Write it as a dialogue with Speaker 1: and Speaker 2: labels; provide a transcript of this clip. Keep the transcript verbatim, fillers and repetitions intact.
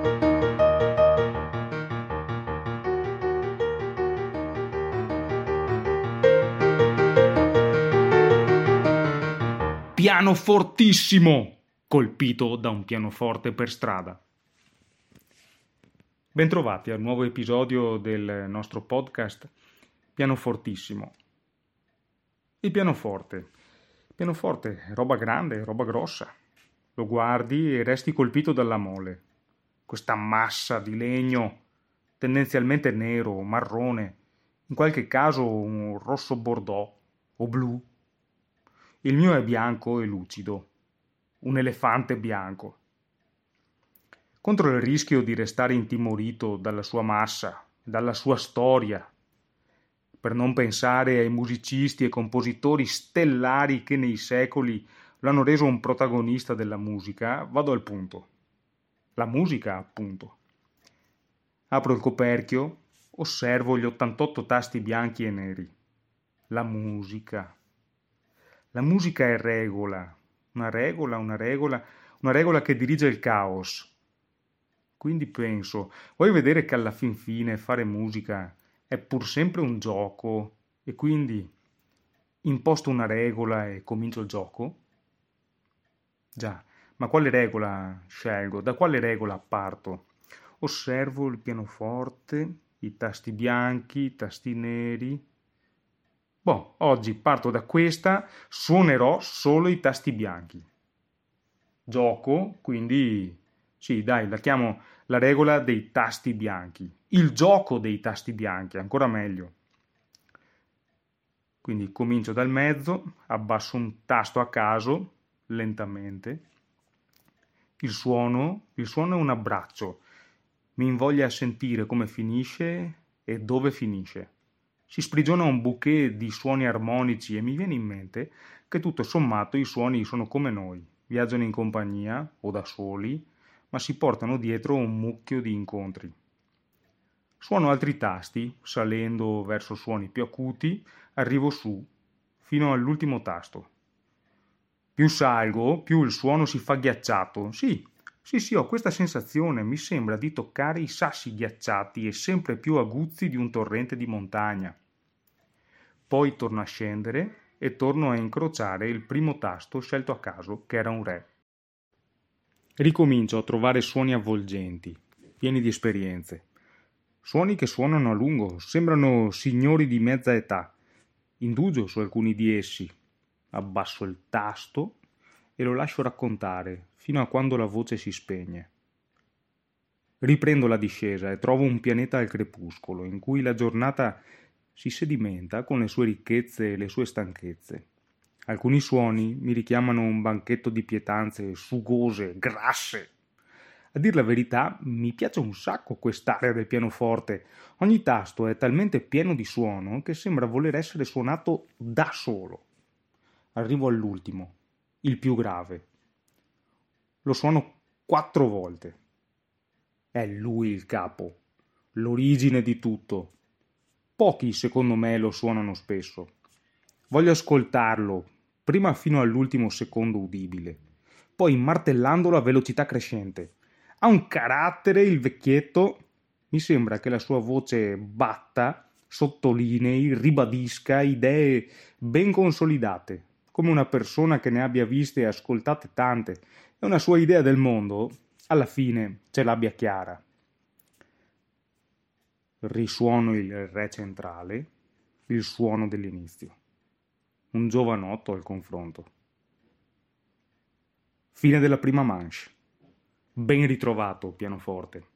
Speaker 1: Pianofortissimo, colpito da un pianoforte per strada. Bentrovati al nuovo episodio del nostro podcast Pianofortissimo. Il pianoforte. Il pianoforte è roba grande, roba grossa. Lo guardi e resti colpito dalla mole. Questa massa di legno, tendenzialmente nero o marrone, in qualche caso un rosso bordeaux o blu. Il mio è bianco e lucido, un elefante bianco. Contro il rischio di restare intimorito dalla sua massa, dalla sua storia, per non pensare ai musicisti e compositori stellari che nei secoli lo hanno reso un protagonista della musica, vado al punto. La musica, appunto. Apro il coperchio, osservo gli ottantotto tasti bianchi e neri. La musica. La musica è regola, una regola, una regola, una regola che dirige il caos. Quindi penso, vuoi vedere che alla fin fine fare musica è pur sempre un gioco e quindi imposto una regola e comincio il gioco? Già, ma quale regola scelgo? Da quale regola parto? Osservo il pianoforte, i tasti bianchi, i tasti neri. Boh, oggi parto da questa, suonerò solo i tasti bianchi. Gioco, quindi, sì, dai, la chiamo la regola dei tasti bianchi. Il gioco dei tasti bianchi, ancora meglio. Quindi comincio dal mezzo, abbasso un tasto a caso, lentamente. Il suono, il suono è un abbraccio. Mi invoglia a sentire come finisce e dove finisce. Si sprigiona un bouquet di suoni armonici e mi viene in mente che tutto sommato i suoni sono come noi, viaggiano in compagnia o da soli, ma si portano dietro un mucchio di incontri. Suono altri tasti, salendo verso suoni più acuti, arrivo su, fino all'ultimo tasto. Più salgo, più il suono si fa ghiacciato. Sì, sì, sì, ho questa sensazione, mi sembra di toccare i sassi ghiacciati e sempre più aguzzi di un torrente di montagna. Poi torno a scendere e torno a incrociare il primo tasto scelto a caso, che era un re. Ricomincio a trovare suoni avvolgenti, pieni di esperienze. Suoni che suonano a lungo, sembrano signori di mezza età. Indugio su alcuni di essi. Abbasso il tasto e lo lascio raccontare fino a quando la voce si spegne. Riprendo la discesa e trovo un pianeta al crepuscolo in cui la giornata si sedimenta con le sue ricchezze e le sue stanchezze. Alcuni suoni mi richiamano un banchetto di pietanze sugose, grasse. A dir la verità, mi piace un sacco quest'area del pianoforte. Ogni tasto è talmente pieno di suono che sembra voler essere suonato da solo. Arrivo all'ultimo, il più grave. Lo suono quattro volte. È lui il capo, l'origine di tutto. Pochi, secondo me, lo suonano spesso. Voglio ascoltarlo, prima fino all'ultimo secondo udibile, poi martellandolo a velocità crescente. Ha un carattere, il vecchietto. Mi sembra che la sua voce batta, sottolinei, ribadisca idee ben consolidate, come una persona che ne abbia viste e ascoltate tante e una sua idea del mondo, alla fine, ce l'abbia chiara. Risuono il re centrale, il suono dell'inizio. Un giovanotto al confronto. Fine della prima manche. Ben ritrovato, pianoforte.